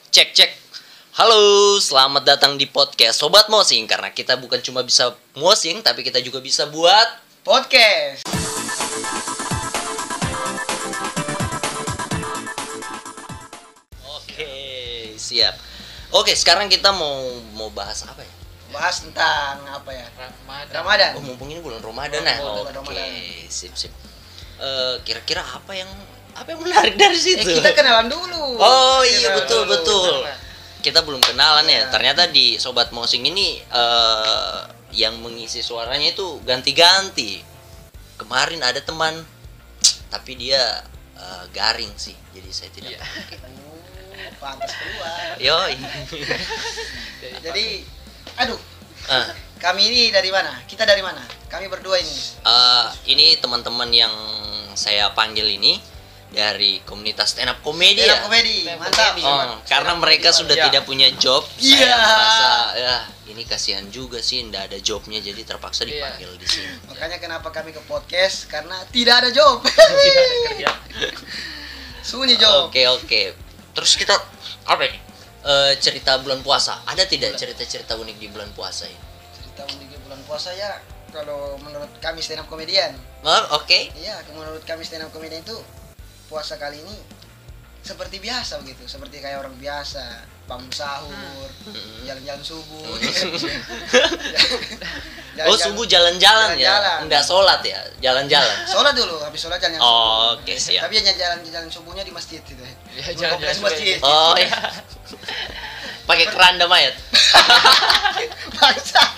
Cek cek. Halo, selamat datang di podcast Sobat Mosing. Karena kita bukan cuma bisa mosing, tapi kita juga bisa buat podcast. Oke, siap. Oke, sekarang kita mau bahas apa ya? Bahas tentang apa ya? Ramadan. Oh, mumpung ini bulan Ramadan nah. Bulan Oke, Ramadan. sip. Kira-kira apa yang menarik dari situ? Kita kenalan dulu. Oh iya, Kenalan dulu. betul. Kita belum kenalan ya. Iya. Ternyata di Sobat Mosing ini yang mengisi suaranya itu ganti-ganti. Kemarin ada teman, tapi dia garing sih. Jadi saya tidak. Iya. Pantas keluar. Yoi. Jadi, aduh, Ah, kami ini dari mana? Kita dari mana? Kami berdua ini. ini teman-teman yang saya panggil ini dari komunitas stand up comedy ya. Stand up komedi, Stand up mantap. comedy. Oh, karena mereka sudah Iya. tidak punya job, Iya. saya merasa ya ini kasihan juga sih, ndak ada jobnya, jadi terpaksa Iya. dipanggil di sini. Makanya kenapa kami ke podcast? Karena tidak ada job. Tidak ada kerja. Sunyi job. Oke. Terus kita apa ini? Cerita bulan puasa. Ada tidak cerita-cerita unik di bulan puasa ini? Cerita unik di bulan puasa ya. Kalau menurut kami stand up komedian, Oke. iya, menurut kami stand up komedian itu puasa kali ini seperti biasa begitu, seperti kayak orang biasa, bangun sahur, jalan-jalan subuh. Oh, subuh jalan-jalan ya? Jalan-jalan. Enggak sholat ya? Jalan-jalan. Sholat dulu, habis sholat jalan Oh, subuh. oke, siap. Tapi ya jalan subuhnya di masjid gitu. Ya, Di jalan-jalan kompleks masjid. Oh ya. Pakai keranda mayat. Bangsa.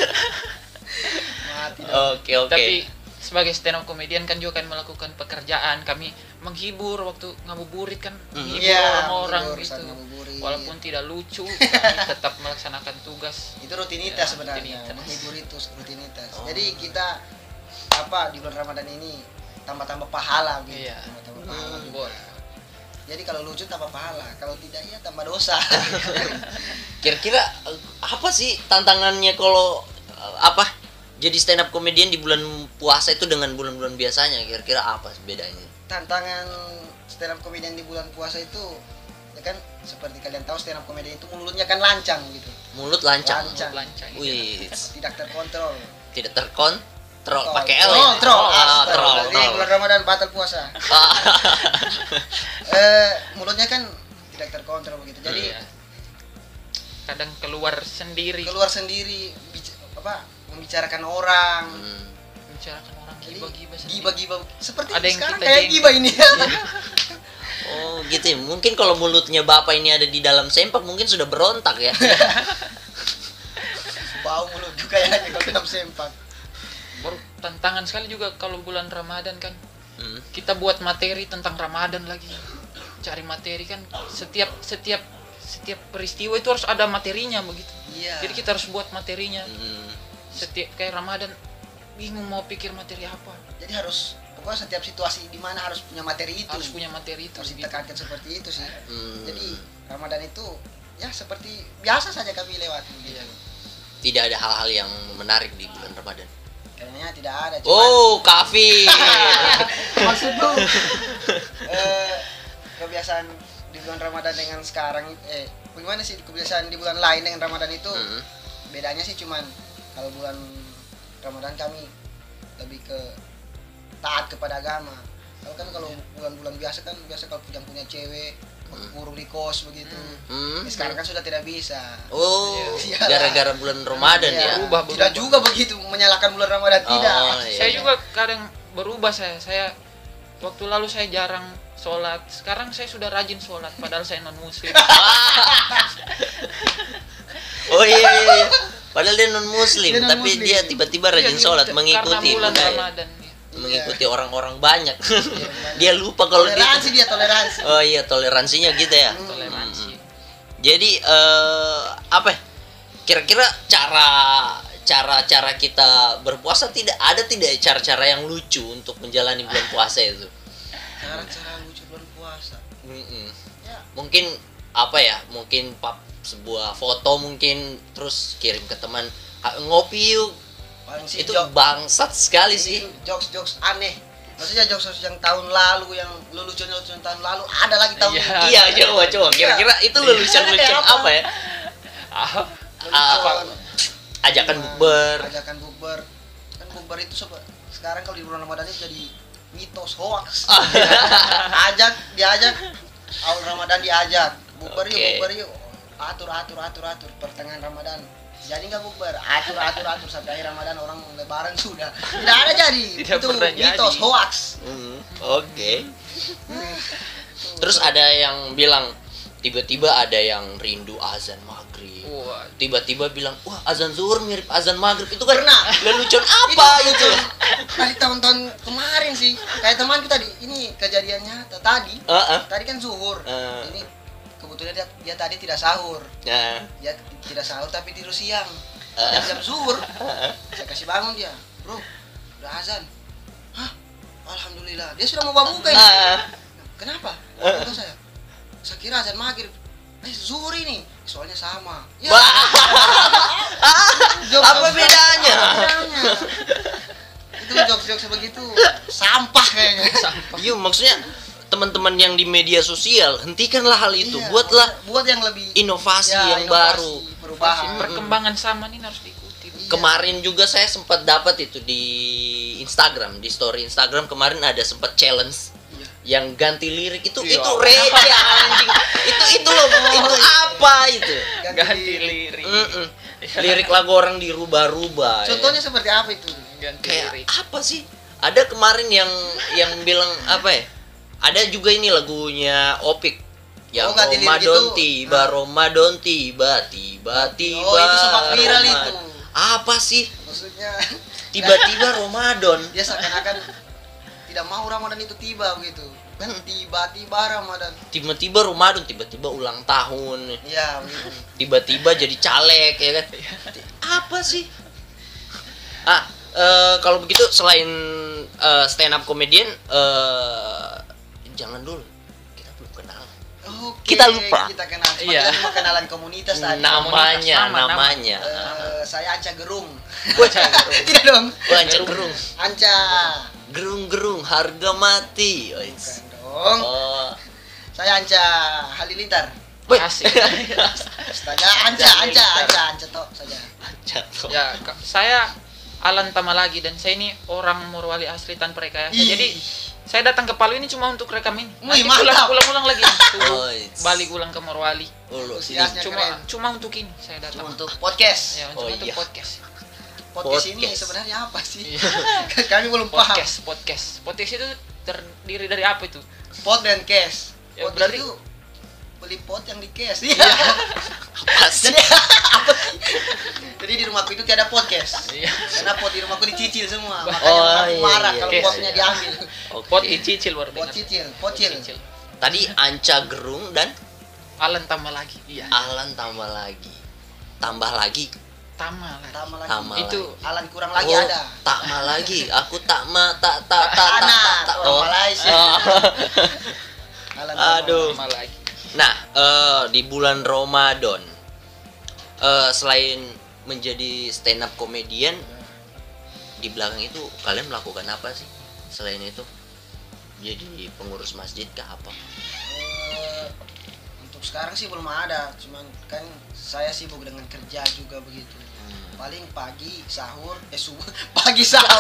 Mati dong. Oke. Tapi sebagai stand up comedian kan juga kan melakukan pekerjaan. Kami menghibur waktu ngabuburit kan, menghibur Iya, orang-orang menghibur gitu. saat ngabuburit. Walaupun tidak lucu, kami tetap melaksanakan tugas. Itu rutinitas Ya, sebenarnya. rutinitas. Menghibur itu rutinitas. Oh. Jadi kita di bulan Ramadan ini tambah-tambah pahala gitu. Iya. Tambah-tambah pahala. Boleh. Jadi kalau lucu tambah pahala, kalau tidak ya tambah dosa. Kira-kira apa sih tantangannya kalau jadi stand up comedian di bulan puasa itu dengan bulan-bulan biasanya? Kira-kira apa bedanya? Tantangan stand up comedian di bulan puasa itu ya kan seperti kalian tahu stand up comedian itu mulutnya kan lancang gitu. Mulut lancang. Lancang. Lancang. Wih, Tidak terkontrol. tidak terkontrol. Pakai L ya? Troll. Troll. Jadi bulan Ramadan batal puasa. Mulutnya kan tidak terkontrol begitu. Jadi Iya. Kadang keluar sendiri, keluar sendiri membicarakan orang. membicarakan orang Jadi giba-giba sendiri. giba-giba seperti Ada yang sekarang kita kayak jengkel. giba ini. Oh gitu ya. Mungkin kalau mulutnya bapak ini ada di dalam sempak mungkin sudah berontak ya. Bau mulut juga ya kalau dalam sempak. Baru tantangan sekali juga kalau bulan Ramadan kan. Hmm. Kita buat materi tentang Ramadan lagi. Cari materi kan setiap peristiwa itu harus ada materinya begitu. Iya. Jadi kita harus buat materinya. Hmm. Setiap kayak Ramadan bingung mau pikir materi apa. Jadi harus pokoknya setiap situasi di mana harus punya materi itu. Harus punya materi itu Harus gitu. ditekankan seperti itu sih. Hmm. Jadi Ramadan itu ya seperti biasa saja kami lewat gitu. Iya. Tidak ada hal-hal yang menarik di bulan Ramadan. Kayaknya tidak ada. Cuman, Oh, Kafi. maksudku kebiasaan di bulan Ramadan dengan sekarang bagaimana sih kebiasaan di bulan lain dengan Ramadan itu Hmm. bedanya sih cuman kalau bulan Ramadan kami lebih ke taat kepada agama. Kalau bulan-bulan biasa kalau punya cewek kurung di kos begitu. Hmm. Sekarang kan sudah tidak bisa. Oh, Iya. gara-gara bulan Ramadan Iya. ya. Berubah. Tidak juga begitu menyalahkan bulan Ramadan tidak. Oh, iya. Saya juga kadang berubah saya waktu lalu saya jarang sholat. Sekarang saya sudah rajin sholat padahal saya non muslim. Oh iya. Padahal dia non muslim, Dia tapi non-muslim. dia tiba-tiba rajin sholat mengikuti karena bulan budaya. Ramadan. Ya. Mengikuti orang-orang banyak. Dia lupa kalau Toleransi dia. dia toleransi. Oh iya, toleransinya gitu ya. Toleransi. Jadi apa ya? Kira-kira cara kita berpuasa tidak cara-cara yang lucu untuk menjalani bulan puasa itu. Cara-cara lucu bulan puasa. Mm-mm. Ya, Mungkin apa ya? Mungkin sebuah foto mungkin terus kirim ke teman, ngopi yuk. paling sih Itu bangsat sekali sih. jokes aneh. Maksudnya jokes yang tahun lalu, yang lelucon tahun lalu ada lagi tahun Iya. ini. Iya, coba. Kira-kira itu lelucon apa ya? Ah, Lelucon. Ajakan bukber. Ajakan bukber. Kan bukber itu sekarang kalau di bulan Ramadan itu jadi mitos hoax. Diajak awal Ramadan diajak. Bukber yuk. Atur pertengahan Ramadan. Jadi nggak bukber, atur sampai akhir Ramadan orang lebaran sudah. Tidak ada jadi. Tidak Itu pernah mitos jadi. hoax. Oke. Terus ada yang bilang tiba-tiba ada yang rindu azan maghrib. wah, Tiba-tiba bilang, wah azan zuhur mirip azan maghrib. Itu kan Pernah. lelucon apa itu? Tadi tahun-tahun kemarin sih. Kayak temanku tadi, ini kejadian nyata tadi. Tadi kan zuhur. Ini kebetulan dia tadi tidak sahur. Nah, Dia tidak sahur tapi tidur siang. Jam zuhur. Saya kasih bangun dia. Bro, udah azan. Hah? Alhamdulillah. Dia sudah mau buka ini. Kenapa? Kata saya. Saya kira azan maghrib. Zuhur ini. Soalnya sama. Ya. Jokes- apa bedanya? Itu jokes-jokes begitu sampah kayaknya. Iya, maksudnya teman-teman yang di media sosial, hentikanlah hal itu. Iya, Buat yang lebih inovasi ya, yang inovasi, baru. perubahan. perkembangan zaman ini harus diikuti. Iya. Kemarin juga saya sempat dapat itu di Instagram, di story Instagram kemarin ada sempat challenge Iya. yang ganti lirik itu Iya. receh anjing. itu loh, itu apa itu? Ganti lirik. Lirik lagu orang dirubah-rubah. Contohnya seperti apa itu? Ganti Kayak lirik. apa sih? Ada kemarin yang bilang apa ya? Ada juga ini lagunya Opik yang ganti lirik Ramadan itu. tiba, Ramadan tiba. Oh, itu sempat viral Ramadan. itu. Apa sih? Maksudnya Tiba-tiba Ramadan. dia seakan-akan tidak mau Ramadan itu tiba begitu. Kan tiba-tiba Ramadan. Tiba-tiba Ramadan, tiba-tiba ulang tahun. Iya, begitu. Tiba-tiba jadi caleg ya kan. Apa sih? Kalau begitu selain stand up comedian, jangan dulu. Kita belum kenal. Oke, Kita lupa. Kita kenal. Iya. Kita cuma kenalan komunitas tadi. Namanya. Saya Anca Gerung. Wah, Tidak dong. Anca gerung. Anca. Gerung harga mati. Bukan dong. Oh. Saya Anca Halilintar. Asik. Astaga, Anca toh saja. Anca toh. Ya, saya Alan Tamalagi dan saya ini orang Morowali asli tanpa rekayasa. Ih. Jadi saya datang ke Palu ini cuma untuk rekam ini. Wih, Nanti mantap. pulang lagi. Oh, Balik ulang ke Morowali. Lu sini. Antusiasnya keren. Cuma untuk ini saya datang. Untuk podcast. Ya, Oh, cuma untuk iya. podcast. Podcast ini Podcast. sebenarnya apa sih? Iya. Kami belum paham. Podcast itu terdiri dari apa itu? Pot dan cash. Ya, Pot berarti- itu beli pot yang di cash. Iya. Apa sih? Jadi apa sih? Jadi di rumahku itu tiada podcast. Iya. Karena pot di rumahku dicicil semua. Makanya Oh, aku iya, marah iya, kalau iya. potnya diambil. Oke. Pot dicicil baru Pot dengar. cicil, Tadi Anca gerung dan Alan Tamalagi. Iya. Alan tambah lagi. Tambah lagi. Tamalagi. Tambah lagi. Tambah Itu Alan kurang lagi Oh, ada. tak ma lagi. Aku tak tak. Anak orang Malaysia. Oh. Alan Aduh. Tamalagi. Nah, di bulan Ramadan, selain menjadi stand up comedian, di belakang itu kalian melakukan apa sih? Selain itu, jadi pengurus masjid kah apa? Untuk sekarang sih belum ada, cuman kan saya sibuk dengan kerja juga begitu. Paling pagi sahur, subuh pagi sahur.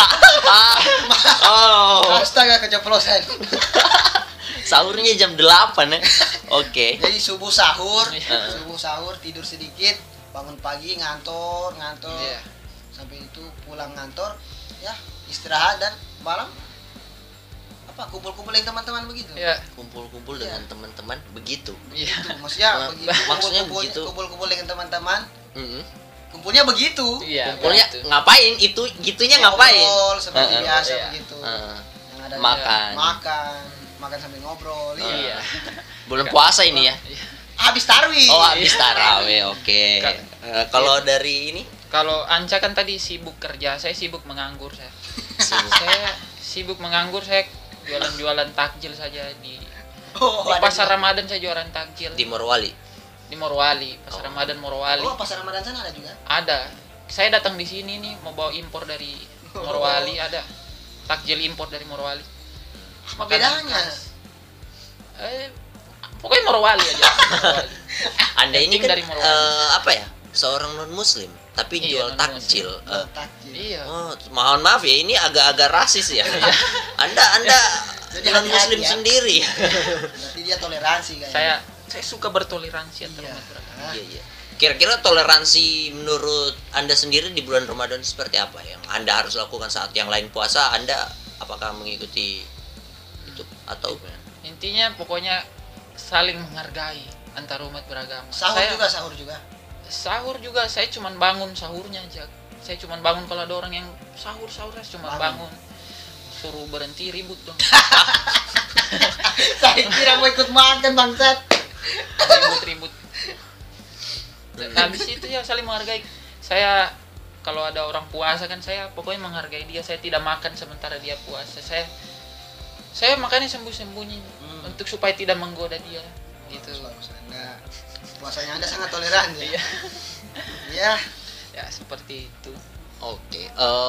Oh, Astaga keceplosan. sahurnya jam 8 ya. Oke. Jadi subuh sahur, Iya. tidur sedikit, bangun pagi ngantor. Iya. Sampai itu pulang ngantor, ya istirahat dan malam kumpul-kumpul dengan teman-teman begitu. Ya. Kumpul-kumpul Iya. dengan teman-teman begitu. Iya. Itu maksudnya begitu. Maksudnya kumpul-kumpul- begitu. Kumpul-kumpul dengan teman-teman, Mm-mm. kumpulnya begitu. Iya. Kumpulnya begitu. ngapain? Gitunya ngapain? Ngobrol seperti Heeh. biasa Iya. begitu. Heeh. Yang ada makan sambil ngobrol. Iya. Bulan puasa ini ya. Habis tarawih. Oh, habis tarawih. Oke. Kalau dari ini Kalau Anca kan tadi sibuk kerja, saya sibuk menganggur saya. sibuk. Saya sibuk menganggur, saya jualan takjil saja di Oh, di ada pasar juga. Ramadan saya jualan takjil Di Morowali. di Morowali, pasar Oh. Ramadan Morowali. Oh, pasar Ramadan sana ada juga. Ada. Saya datang di sini nih mau bawa impor dari Morowali ada. takjil impor dari Morowali. Apa Makanan bedanya? khas. Pokoknya Morowali aja. Morowali. Anda ini Penting kan dari Morowali. apa ya? Seorang non muslim tapi Iya, jual non-muslim. takjil. Takjil. Iya. Oh, mohon maaf ya, ini agak-agak rasis ya. Anda Jadi non muslim hati-hati ya. sendiri. Berarti dia toleransi kayaknya. Saya suka bertoleransi antar Iya. umat beragama. Iya, iya. Kira-kira toleransi menurut Anda sendiri di bulan Ramadan seperti apa yang Anda harus lakukan saat yang lain puasa? Anda apakah mengikuti itu atau Intinya pokoknya saling menghargai antar umat beragama. Sahur Saya- juga, sahur juga. Sahur juga saya cuman bangun sahurnya aja. Saya cuman bangun kalau ada orang yang sahur saya cuma Bangun. bangun. Suruh berhenti ribut dong. Saya kira mau ikut makan bangsat. Ribut-ribut. Habis itu ya saling menghargai. Saya kalau ada orang puasa kan saya pokoknya menghargai dia. Saya tidak makan sementara dia puasa. Saya makannya sembunyi-sembunyi untuk supaya tidak menggoda dia. Gitu. Bagus, Anda. Puasanya Anda sangat toleran ya. Iya. Iya. Ya seperti itu. Oke,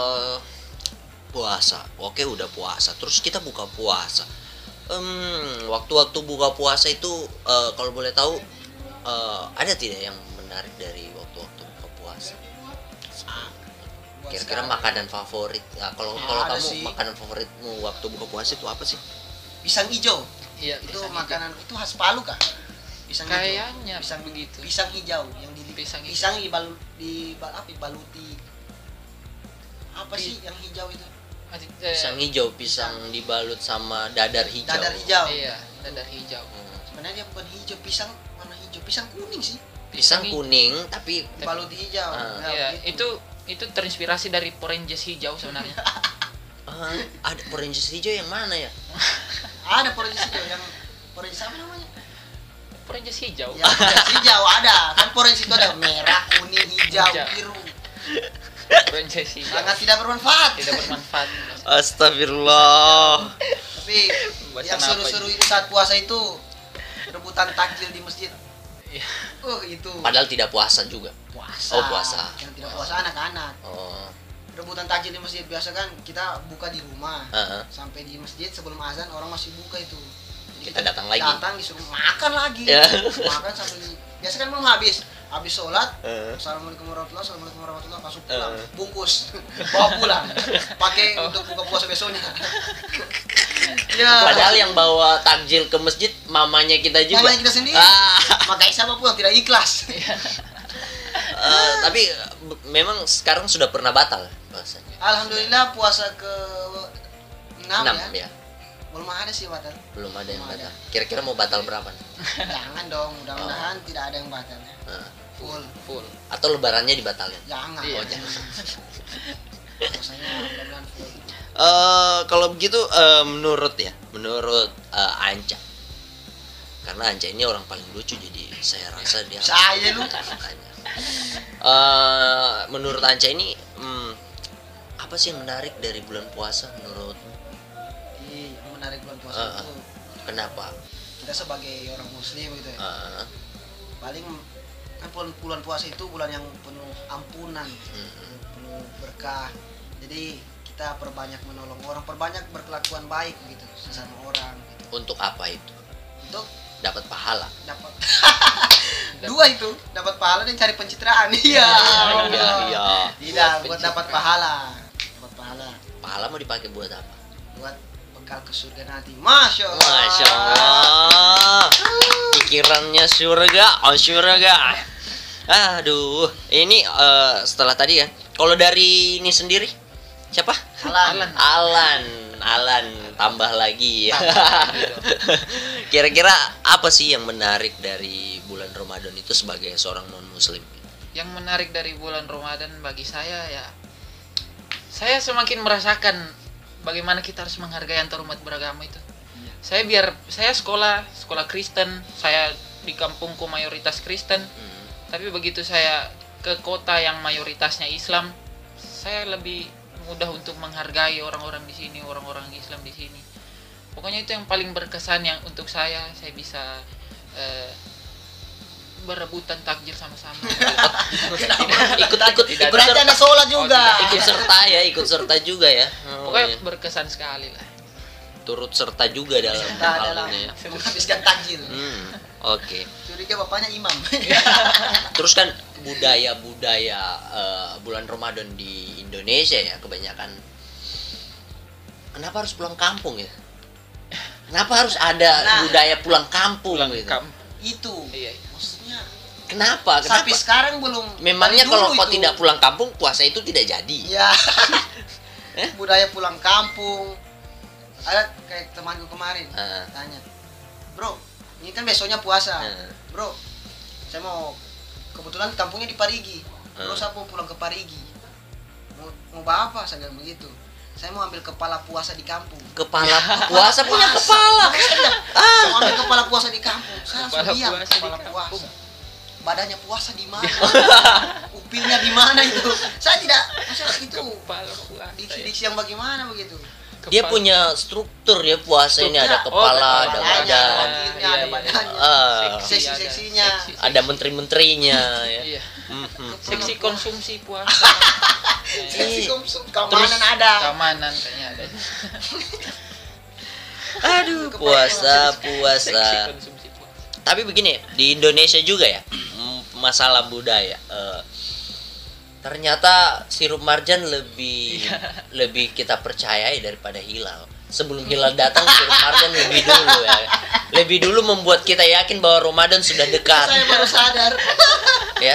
puasa. Oke, udah puasa. Terus kita buka puasa. Waktu-waktu buka puasa itu kalau boleh tahu ada tidak yang menarik dari waktu-waktu buka puasa? Buat Kira-kira sekarang. makanan favorit. Nah, kalau Ya, kalau ada kamu sih. makanan favoritmu waktu buka puasa itu apa sih? Pisang hijau. Iya, Itu pisang makanan itu khas Palu kah? Pisang hijau. Kayaknya pisang begitu. Pisang hijau yang di Pisang hijau. pisang dibaluti. Apa sih yang hijau itu? Pisang hijau, pisang dibalut sama dadar hijau. Dadar hijau. Iya, dadar hijau. Sebenarnya dia bukan hijau, pisang warna hijau, pisang kuning sih. Pisang Pisang kuning tapi Dibaluti hijau. Ah. Nah, Iya, begitu. itu terinspirasi dari Power Rangers hijau sebenarnya. ada orange hijau yang mana ya? Ada orange hijau yang orange apa namanya? Power Rangers hijau. Ya, orange hijau ada. Kan orange itu ada merah, kuning, hijau, Hijau. biru. Power Rangers hijau. Sangat tidak bermanfaat. Tidak bermanfaat. Astagfirullah. Tapi Buat yang kenapa seru-seru itu? itu saat puasa itu rebutan takjil di masjid. Iya. Itu Padahal tidak puasa juga. puasa. Oh, puasa. Yang tidak puasa anak-anak. Oh. Rebutan takjil di masjid biasa kan kita buka di rumah. Heeh. Sampai di masjid sebelum azan orang masih buka itu. Jadi Kita datang lagi. Datang disuruh makan lagi. Ya. Makan sampai biasa kan belum habis. Habis sholat, Heeh. Assalamualaikum warahmatullahi, langsung pulang, Heeh. bungkus, bawa pulang, pakai untuk buka puasa besoknya. Ya. Padahal yang bawa takjil ke masjid mamanya kita juga. Mamanya kita sendiri. Makanya siapa pun yang tidak ikhlas. Tapi memang sekarang sudah pernah batal puasanya. Alhamdulillah puasa ke 6 6 ya. ya. Belum ada sih batal. Belum ada yang Belum batal. ada. Kira-kira mau batal berapa nih? Jangan dong, mudah-mudahan tidak ada yang batal ya. Heeh. Full. Atau lebarannya dibatalin? Jangan. Iya. Oh, jangan. Puasanya mudah-mudahan full. Kalau begitu menurut Anca, karena Anca ini orang paling lucu jadi saya rasa dia Saya lu. makanya. Menurut Anca ini apa sih yang menarik dari bulan puasa menurutmu? Yang menarik bulan puasa Heeh. itu Kenapa? kita sebagai orang muslim gitu ya. Heeh. Paling kan bulan puasa itu bulan yang penuh ampunan, penuh berkah. Jadi kita perbanyak menolong orang, perbanyak berkelakuan baik gitu sesama orang gitu. Untuk apa itu? Untuk Dapat pahala. dapat dua itu, dapat pahala dan cari pencitraan. Iya. Iya. Tidak, buat dapat pahala. Dapat pahala Pahala mau dipakai buat apa? buat bekal ke surga nanti. Masya Allah. Masya Allah. Pikirannya surga, surga. Aduh, ini setelah tadi ya. Kalau dari ini sendiri, siapa? Alan, tambah lagi ya. Kira-kira apa sih yang menarik dari bulan Ramadan itu sebagai seorang non Muslim? Yang menarik dari bulan Ramadan bagi saya ya, saya semakin merasakan bagaimana kita harus menghargai antar umat beragama itu. Saya sekolah Kristen, saya di kampungku mayoritas Kristen, tapi begitu saya ke kota yang mayoritasnya Islam, saya lebih mudah untuk menghargai orang-orang di sini, orang-orang Islam di sini. Pokoknya itu yang paling berkesan yang untuk saya bisa berebutan takjil sama-sama. Ikut Tidak Berarti serta, ada sholat juga. ikut serta ya, ikut serta juga ya. Oh, Pokoknya iya. berkesan sekali lah. Turut serta juga dalam Nah, dalam hal ini ya. menghabiskan takjil. Oke. Curiga bapaknya imam. Terus kan budaya-budaya bulan Ramadan di Indonesia ya kebanyakan. Kenapa harus pulang kampung ya? Kenapa harus ada Nah. budaya pulang kampung gitu? Itu. Iya. Maksudnya Kenapa? sampai Kenapa? sekarang belum. Memangnya dari kalau dulu kau itu. tidak pulang kampung puasa itu tidak jadi? Ya. Budaya pulang kampung. Ada kayak temanku kemarin Ah. tanya, "Bro, ini kan besoknya puasa. Ah. Bro, saya mau kebetulan kampungnya di Parigi. Bro, Ah. saya mau pulang ke Parigi. Mau apa?" Saya bilang begitu. Saya mau ambil kepala puasa di kampung. Kepala puasa punya kepala. Mau ambil kepala puasa di kampung. Saya langsung Kepala diam, puasa di kepala kampung. puasa. Badannya puasa di mana? Upilnya di mana itu? Saya tidak, maksudnya itu Kepala puasa. diksi yang bagaimana begitu? Dia punya struktur ya puasa ini ada Struktur. kepala, Oh, ada kepalanya, badan, wakilnya, ada badannya. Ah. Seksi-seksinya. ada menteri-menterinya ya. Iya. Mhm. Seksi konsumsi puasa. Seksi Iya. keamanan ada. Keamanan kayaknya ada. Aduh, puasa. Seksi konsumsi puasa. Tapi begini, di Indonesia juga ya, masalah budaya. Ternyata sirup marjan lebih kita percayai daripada hilal. Sebelum hilal datang, sirup marjan lebih dulu ya. Lebih dulu membuat kita yakin bahwa Ramadan sudah dekat. Saya baru sadar. Ya.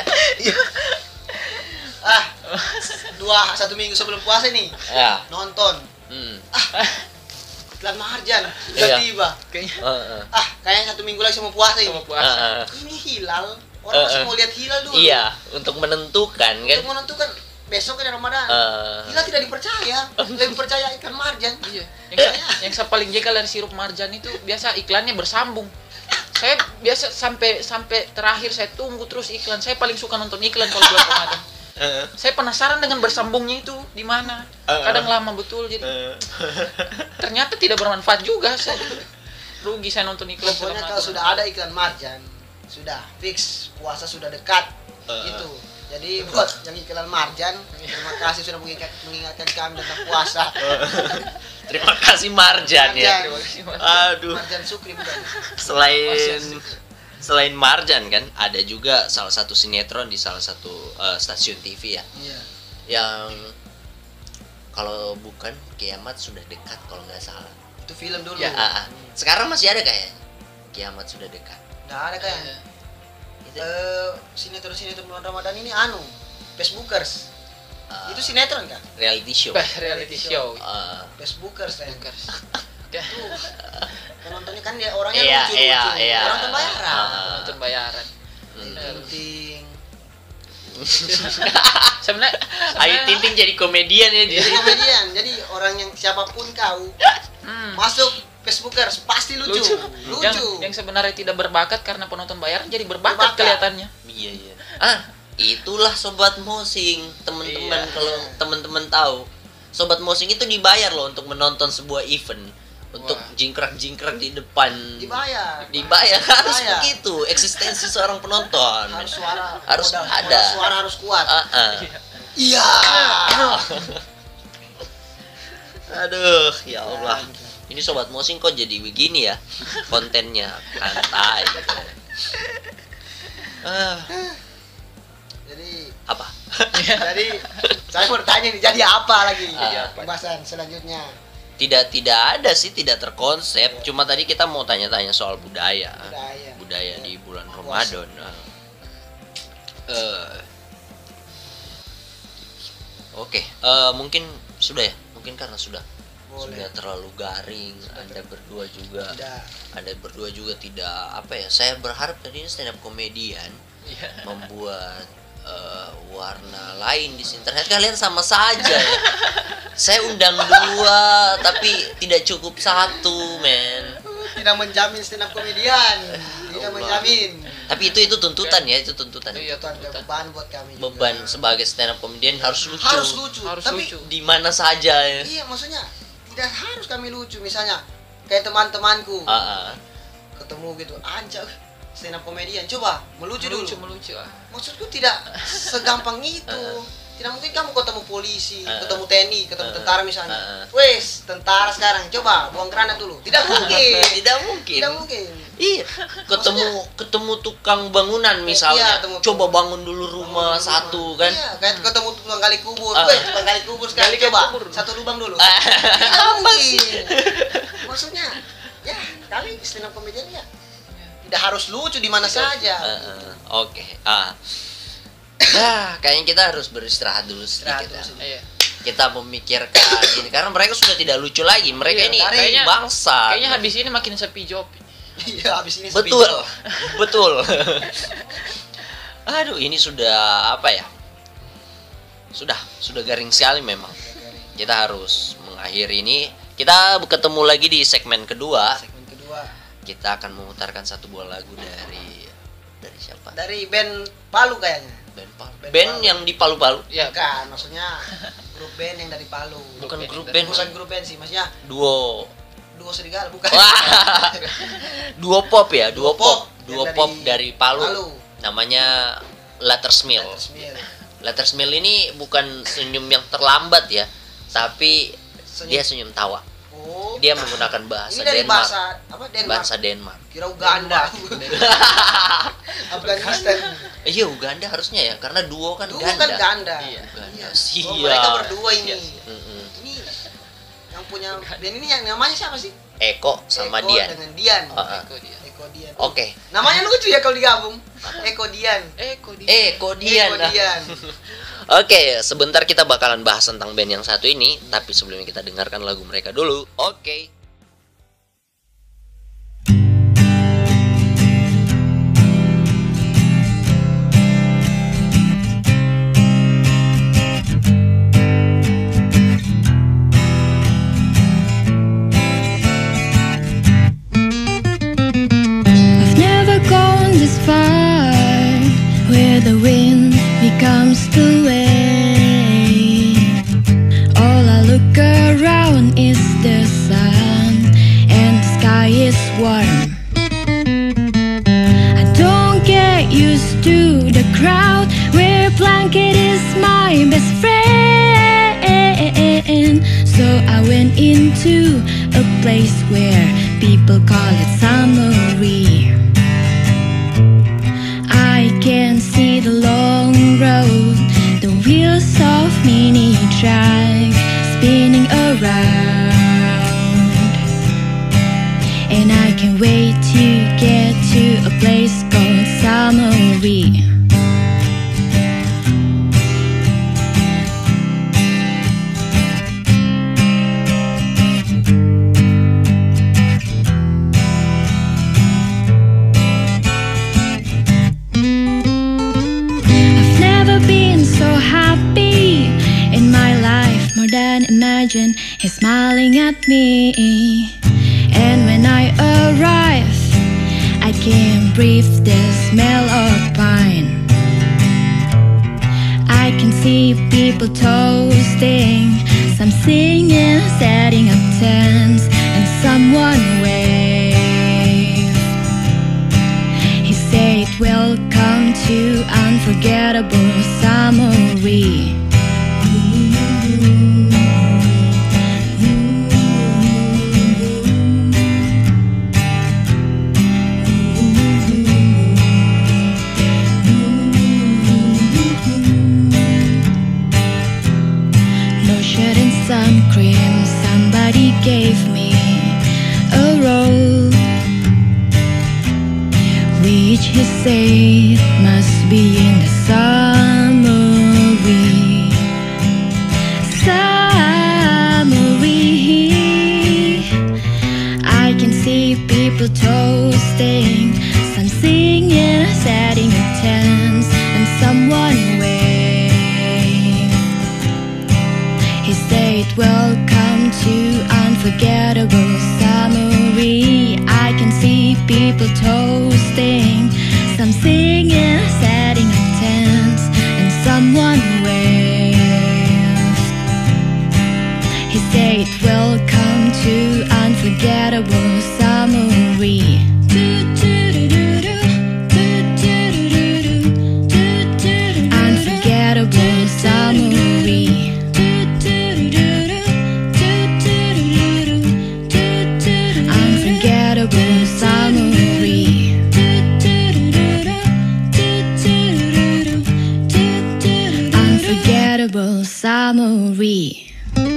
Satu minggu sebelum puasa nih Ya. nonton Hmm. iklan marjan Iya. tiba-tiba. Kayaknya Heeh. Kayaknya 1 minggu lagi sama puasa ini. sama puasa. Heeh. Ini hilal. Orang masih mau lihat hilal dulu. Iya, untuk menentukan kan. Untuk menentukan besok kan Ramadan. Eh. Hilal tidak dipercaya. Lebih percaya ikan marjan. Iya. Yang saya paling jengkel dari sirup marjan itu biasa iklannya bersambung. Saya biasa sampai terakhir saya tunggu terus iklan. Saya paling suka nonton iklan kalau bulan Ramadan. Saya penasaran dengan bersambungnya itu di mana. Kadang lama betul jadi ternyata tidak bermanfaat juga. Rugi saya nonton iklan Pokoknya selama kalau sudah ada iklan marjan, sudah fix puasa sudah dekat. Itu. Jadi buat yang iklan marjan, terima kasih sudah mengingatkan kami tentang puasa. Terima kasih Marjan ya. Terima kasih, Mas. Aduh. Marjan Sukri bukan. Selain Marjan kan ada juga salah satu sinetron di salah satu stasiun TV ya Iya. yang kalau bukan kiamat sudah dekat kalau nggak salah. Itu film dulu. Ya, Sekarang masih ada kayaknya kiamat sudah dekat. Nggak ada kayaknya. Itu, Sinetron bulan Ramadan ini Facebookers. eh, Itu sinetron kan? reality show. Reality show. Facebookers kan. Bunkers. Itu penontonnya kan dia orangnya Iya, lucu. iya. Orang tuh bayaran. Nonton bayaran. Penting. Sebenarnya Ayu Ting Ting jadi komedian ya dia. Jadi komedian. Jadi orang yang siapapun kau masuk Facebookers pasti lucu. Yang sebenarnya tidak berbakat karena penonton bayaran jadi berbakat Berbakat. kelihatannya. Iya. Itulah sobat mosing, teman-teman. Iya. Kalau teman-teman tahu, sobat mosing itu dibayar loh untuk menonton sebuah event, untuk Wah. jingkrak-jingkrak di depan. Dibayar Harus begitu eksistensi seorang penonton. harus suara Harus modal, ada. modal suara harus kuat. Iya. Aduh, ya Allah. Ini sobat mosing kok jadi begini ya kontennya, santai gitu. Jadi Apa? jadi saya mau tanya nih, jadi apa lagi? Jadi apa? Pembahasan selanjutnya. Tidak ada sih, tidak terkonsep. Cuma tadi kita mau tanya-tanya soal budaya di bulan Ramadan. Oke, mungkin sudah ya. Mungkin karena sudah Boleh. terlalu garing. Anda berdua juga. Tidak. Anda berdua juga tidak apa ya. Saya berharap tadi ini stand up komedian Iya. membuat warna lain di sini. Ternyata kalian sama saja ya. Saya undang 2 tapi tidak cukup 1, men. Tidak menjamin stand up komedian. Tidak Allah. menjamin. Tapi itu tuntutan ya, itu tuntutan. Iya, Itu ada beban buat kami. Beban juga. sebagai stand up comedian harus lucu. Harus lucu. Harus Tapi lucu. Di mana saja ya. iya, maksudnya tidak harus kami lucu. Misalnya kayak teman-temanku Ah, ah. ketemu gitu, anjay, stand up komedian, coba melucu dulu. Melucu. Maksudku tidak segampang itu. Tidak mungkin kamu ketemu polisi, ketemu TNI, ketemu tentara misalnya. Wes, tentara sekarang, coba buang granat dulu. Tidak mungkin. Tidak mungkin. Tidak mungkin. Iya, ketemu tukang bangunan misalnya. Iya, coba bangun dulu rumah satu kan. Iya, kayak ketemu tukang gali kubur. Wes, tukang gali kubur sekarang Gali coba kubur. satu lubang dulu. Tidak mungkin. Maksudnya, ya kali stand up comedian ya tidak harus lucu di mana saja. Oke. Nah, kayaknya kita harus beristirahat dulu sedikit ya. Iya. Kita memikirkan ini karena mereka sudah tidak lucu lagi. Mereka Iya, ini kayaknya- bangsa. Kayaknya habis ini makin sepi job. Iya, habis ini sepi Betul. job. Betul. Aduh, ini sudah apa ya? Sudah garing sekali memang. Kita harus mengakhiri ini. Kita ketemu lagi di segmen kedua. Segmen kedua Kita akan memutarkan satu buah lagu dari siapa? dari band Palu kayaknya. Band Band Band Palu. yang di Palu-Palu. Ya, Bukan, maksudnya grup band yang dari Palu. Bukan band grup dari band. Bukan grup band sih, maksudnya Duo. duo serigala bukan. Wah. Duo pop ya, duo pop Yang dari Palu. Palu. Namanya Letters Mill. Letters Mill. Letters Mill ini bukan senyum yang terlambat ya, tapi dia senyum tawa. Oh. Dia menggunakan bahasa Ini dari Denmark. bahasa apa? Denmark. Bahasa Denmark. Kira Uganda. Afghanistan. Iya, Uganda harusnya ya, karena duo kan Dulu ganda. kan ganda. Iya. Uganda. Oh, Siap. mereka berdua ini. Mm-mm. Ini yang punya band ini yang namanya siapa sih? Eko sama Eko Dian. dengan Dian. Heeh. Eko dia. Eko Dian. Oke. Namanya lucu ya kalau digabung. Eko Dian. Eko dia. Eko Dian. Eko Dian. Oke, sebentar kita bakalan bahas tentang band yang satu ini, tapi sebelumnya kita dengarkan lagu mereka dulu. Oke. I've never gone this far where the wind becomes the wave. All I look around is the sun and the sky is warm. I don't get used to the crowd where blanket is my best friend. So I went into a place where people call it summary. I can see the long road, the wheels of mini truck spinning around, and I can't wait to get to a place called summary. I've never been so happy in my life, more than imagine. He's smiling at me, and when I arrive, I can breathe the smell of pine. I can see people toasting, some singing, setting up tents, and someone wave. He said, "Welcome to unforgettable summary." No shirt and sun cream, somebody gave me a roll, which he said must be in the summary. Summary. I can see people toasting, some singing, setting up tents, and someone wave. He said, "Welcome to unforgettable summary." I can see people toasting, some singing, setting up tents, and someone waved. He said, "Welcome to unforgettable summary." Do, do, do, do, do. unforgettable summary.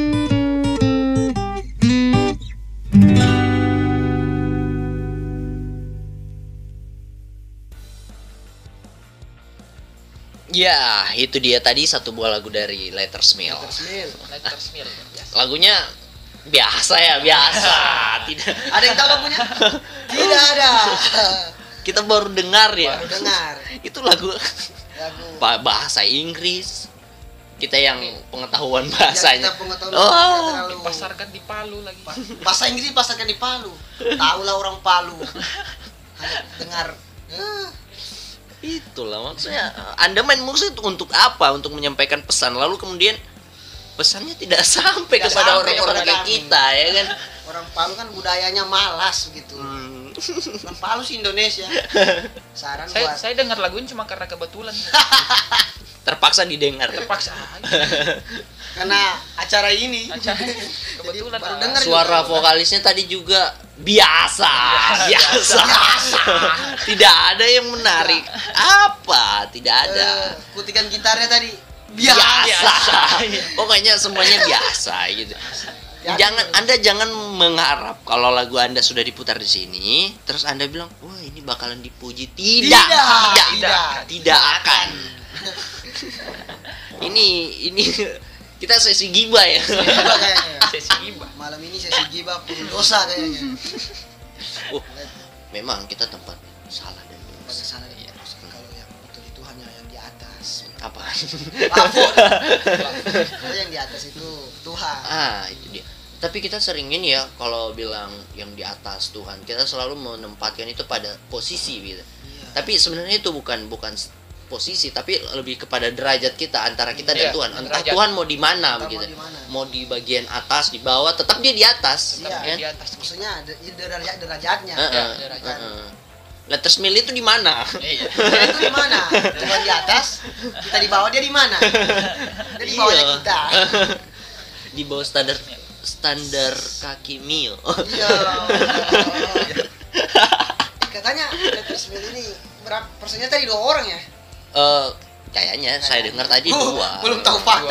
Ya, itu dia tadi satu buah lagu dari Letters Mill. Letters Mill. Yes. Lagunya biasa ya, biasa. Tidak Ada yang tahu lagunya? Tidak ada. kita baru dengar ya. Baru dengar. Itu lagu Lagu. bahasa Inggris. Kita yang pengetahuan Ya, bahasanya. kita pengetahuan Oh. tidak terlalu. Dipasarkan di Palu lagi. Bahasa Inggris dipasarkan di Palu. Tahulah orang Palu. Hanya dengar. Itulah maksudnya. Anda main musik untuk apa? Untuk menyampaikan pesan. Lalu kemudian pesannya tidak sampai Tidak kepada sampai orang-orang kepada kayak kami. kita ya kan. Orang Palu kan budayanya malas gitu. Orang Palu sih Indonesia. Saran buat Saya dengar lagunya cuma karena kebetulan. Terpaksa didengar. Terpaksa. karena acara ini. Acara kebetulan. baru dengar Suara juga. vokalisnya tadi juga biasa. Biasa. Tidak ada yang menarik. Apa? Tidak ada. Kutikan gitarnya tadi Biasa. Pokoknya semuanya biasa gitu. Anda jangan mengharap kalau lagu Anda sudah diputar di sini, terus Anda bilang, "Wah, ini bakalan dipuji." Tidak. Tidak akan. Ini kita sesi gibah ya. Gibah kayaknya. Sesi gibah. Malam ini sesi gibah pun dosa kayaknya. Oh, memang kita tempat salah dan Pada dosa. sana ya. Kalau yang betul itu hanya yang di atas. Apa? Kalau yang di atas itu Tuhan. Itu dia. Tapi kita seringin ya kalau bilang yang di atas Tuhan, kita selalu menempatkan itu pada posisi gitu. Iya. Tapi sebenarnya itu bukan posisi, tapi lebih kepada derajat kita antara kita dan Iya, Tuhan. Entah derajat. Tuhan mau di mana Entah begitu. mau di mana. Mau di bagian atas, di bawah, tetap dia di atas, Iya, kan? Di atas. Maksudnya derajatnya. Heeh, derajat. heeh. Letters Mill itu di mana? Iya. Dia itu di mana? Tuhan di atas, kita di bawah, dia di mana? Dia di bawahnya Iya. kita. Di bawah standar kaki mil. Iya. Katanya Letters Mill ini berapa persennya tadi 2 orang ya? Kayaknya saya dengar tadi 2. Belum tahu fakta.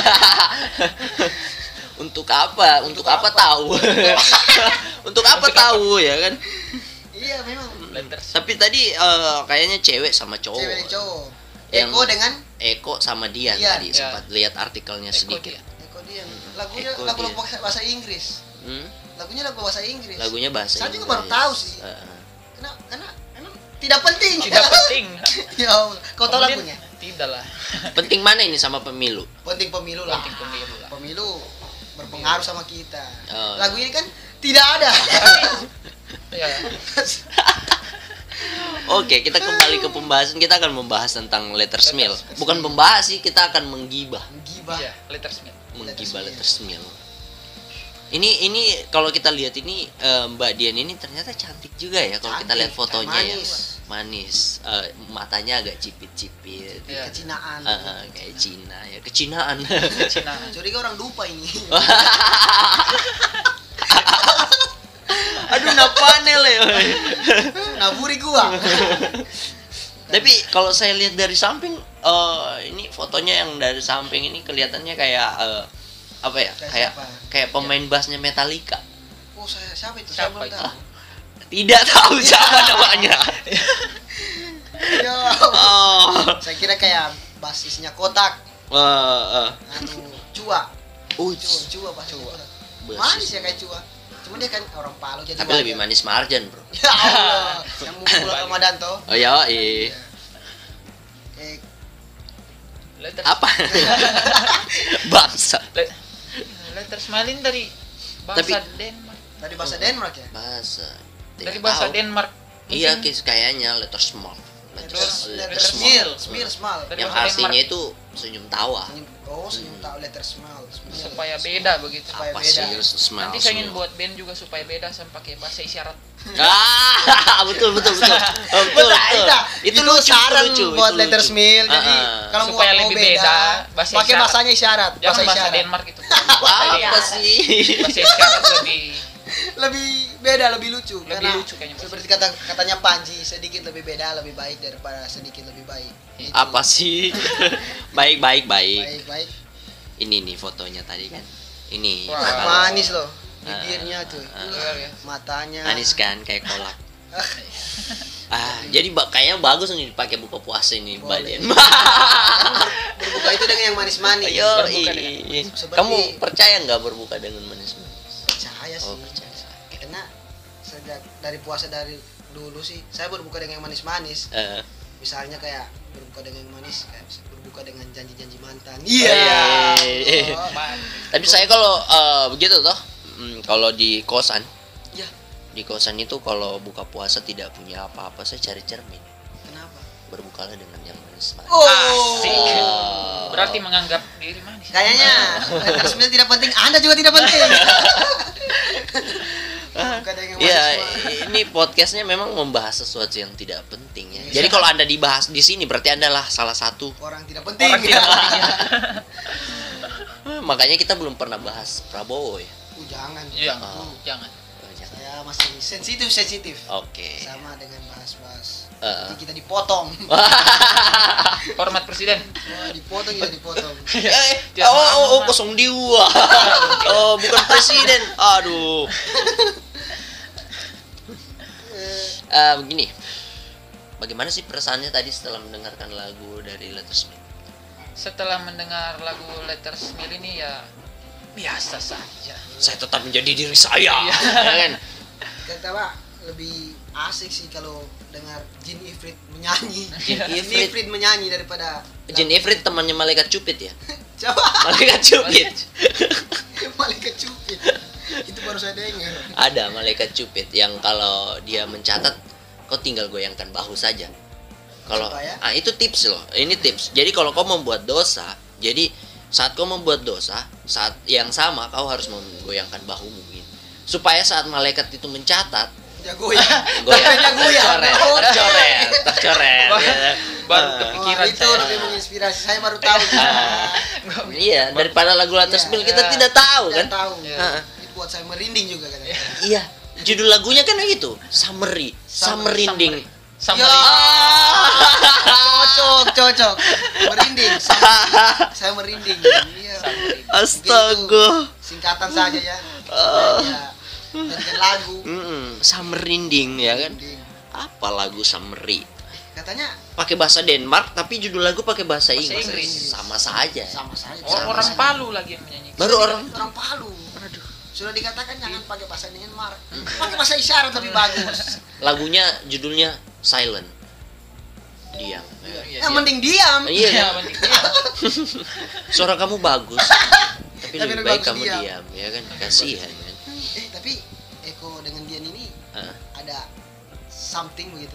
Untuk apa? Untuk apa tahu? Untuk apa tahu ya kan? Iya memang. Letters. Tapi tadi kayaknya cewek sama cowok. Cewek dan cowok. Yang- Eko dengan Eko sama Dian Dian. tadi Ya. sempat lihat artikelnya Eko sedikit. dia. Eko Dian. Lagunya Eko lagu Dian. bahasa Inggris. Hmm? Lagunya lagu bahasa Inggris. Lagunya bahasa Saya Inggris. juga baru tahu sih. Karena emang tidak penting. Tidak penting. Ya Allah. Kau tahu Kemudian, lagunya? Tidak lah. Penting mana ini sama pemilu? Penting pemilu lah. Penting pemilu lah. Pemilu berpengaruh sama kita. Oh. Lagu ini kan tidak ada. Ya. Oke, kita kembali ke pembahasan. Kita akan membahas tentang Letters Mill. Bukan membahas sih, kita akan menggibah. Gibah. Iya, Letters Mill. Menggibah Letters Mill. Ini kalau kita lihat ini Mbak Dian ini ternyata cantik juga ya kalau kita Cantik, lihat fotonya ya. manis. Manis. Matanya agak cipit-cipit. Iya. Kecinaan. Kayak Cina ya, kecinaan. Cina. Curiga orang dupa ini. Aduh, napanel ya. Naburi gua. Tapi kalau saya lihat dari samping, ini fotonya yang dari samping ini kelihatannya kayak apa ya? Kayak Kayak siapa? pemain bassnya Metallica. Oh, siapa itu? Siapa Saya belum itu? tahu. Tidak tahu siapa namanya. Ya. Oh, Saya kira kayak basisnya Kotak. Cua. Cua pas Cua. Manis ya kayak Cua. Cuma dia kan orang Palu jadi Tapi lebih manis Marjan, bro. Ya Allah. Yang mau pulang ke Ramadan toh. Oh ya, Letters. apa? Bangsa. Letters Mill ini dari bahasa Tapi- Denmark. Dari bahasa Denmark ya? Bahasa. Dari Tidak bahasa tahu. Denmark. Iya, Mungkin kayaknya Letters Mill. Letters Letters Mill, Small. Dari Yang bahasa artinya Denmark. itu senyum tawa. Senyum tahu letters small. Supaya beda begitu. Supaya Apa beda. sih smell? Nanti saya ingin smell? buat band juga supaya beda sama pakai bahasa isyarat. Betul. Betul. Itu Itu lucu, saran itu lucu, buat itu letters lucu. mill. Jadi kalau mau Supaya mau lebih beda, bahasa pakai isyarat. bahasanya isyarat. Jangan bahasa isyarat. Denmark itu. Apa sih? Bahasa isyarat Lebih beda, lebih lucu. Lebih Karena lucu kayaknya. seperti katanya Panji, sedikit lebih beda lebih baik daripada sedikit lebih baik. Itu. Apa sih? Baik. Baik. Ini nih fotonya tadi kan. Ini. Wah, kalau- Manis loh. Bibirnya tuh. Luar biasa. Matanya. Manis kan kayak kolak. Jadi kayaknya bagus nih dipakai buka puasa ini Mbak Boleh. Dian. Berbuka itu dengan yang manis-manis. Ayo, Berbuka Seperti- kamu percaya nggak berbuka dengan manis-manis? Percaya sih. Oh, percaya. Karena sejak dari puasa dari dulu sih saya berbuka dengan yang manis-manis. Eh, Misalnya kayak berbuka dengan yang manis, kayak berbuka dengan janji-janji mantan. Iya. Oh, Tapi saya kalau begitu toh, kalau di kosan, Ya. di kosan itu kalau buka puasa tidak punya apa-apa, saya cari cermin. kenapa? Berbukalah dengan yang manis-manis. Oh. Asik. Berarti menganggap diri manis. Kayaknya sebenarnya tidak penting, Anda juga tidak penting. Bukan dengan yang Iya, manis-manis. ini podcastnya memang membahas sesuatu yang tidak penting ya. Iya. Jadi kalau Anda dibahas di sini berarti Anda lah salah satu. Orang tidak penting. Orang tidak penting. Makanya kita belum pernah bahas Prabowo ya. Jangan. Iya, Oh, jangan. jangan. Saya masih sensitif. Oke. Sama dengan bahas-bahas. Eh. Nanti kita dipotong. Hormat presiden. Wah, dipotong ya dipotong. Tidak mau, Mas. 02. Oh, bukan presiden. Aduh. Begini. Bagaimana sih perasaannya tadi setelah mendengarkan lagu dari Letters Me? Setelah mendengar lagu Letters Me ini ya biasa saja. Saya tetap menjadi diri saya. Iya. Ya kan? Kata Pak, lebih asik sih kalau dengar Jin Ifrit menyanyi. Jin Ifrit. Ifrit menyanyi daripada Jin Ifrit temannya malaikat Cupid ya? coba Malaikat Cupid. malaikat cupid. Itu baru saya dengar. Ada malaikat Cupid yang kalau dia mencatat kau tinggal goyangkan bahu saja. Kalau Supaya? itu tips loh. Ini tips. Jadi kalau kau membuat dosa, jadi saat kau membuat dosa, saat yang sama kau harus menggoyangkan bahumu gitu. Supaya saat malaikat itu mencatat, Ya goyang. goyang, Makanya goyang. tercoret. Ya. Baru Ah. kepikiran Itu saya. lebih menginspirasi. Saya baru tahu. Iya, daripada lagu Letters Me kita Ya. tidak tahu kan? Tidak tahu. Ya. Ah. Itu buat saya merinding juga katanya. Iya, judul lagunya kan gitu, Summary, Summerinding. Summary. Ya. Cocok. Merinding. Saya merinding. Iya. Astaga. Singkatan saja ya. Ya. Jadikan lagu. Summerinding ya kan? Merinding. Apa lagu Summary? Katanya Pakai bahasa Denmark tapi judul lagu pakai bahasa Bahasa Inggris. Inggris. Sama saja. sama saja. Orang Palu lagi yang menyanyi. Baru orang orang Palu. Sudah dikatakan jangan pakai bahasa Denmark. Pakai bahasa isyarat lebih bagus. lagunya judulnya Silent. Diam. Ya. Iya, Yang mending diam. Iya. Iya, kan? penting dia. Suara kamu bagus. Tapi Tapi lebih lebih baik bagus kamu diam. diam ya kan? Kasihan kan. Tapi Eko dengan Dian ini Ah. ada something begitu.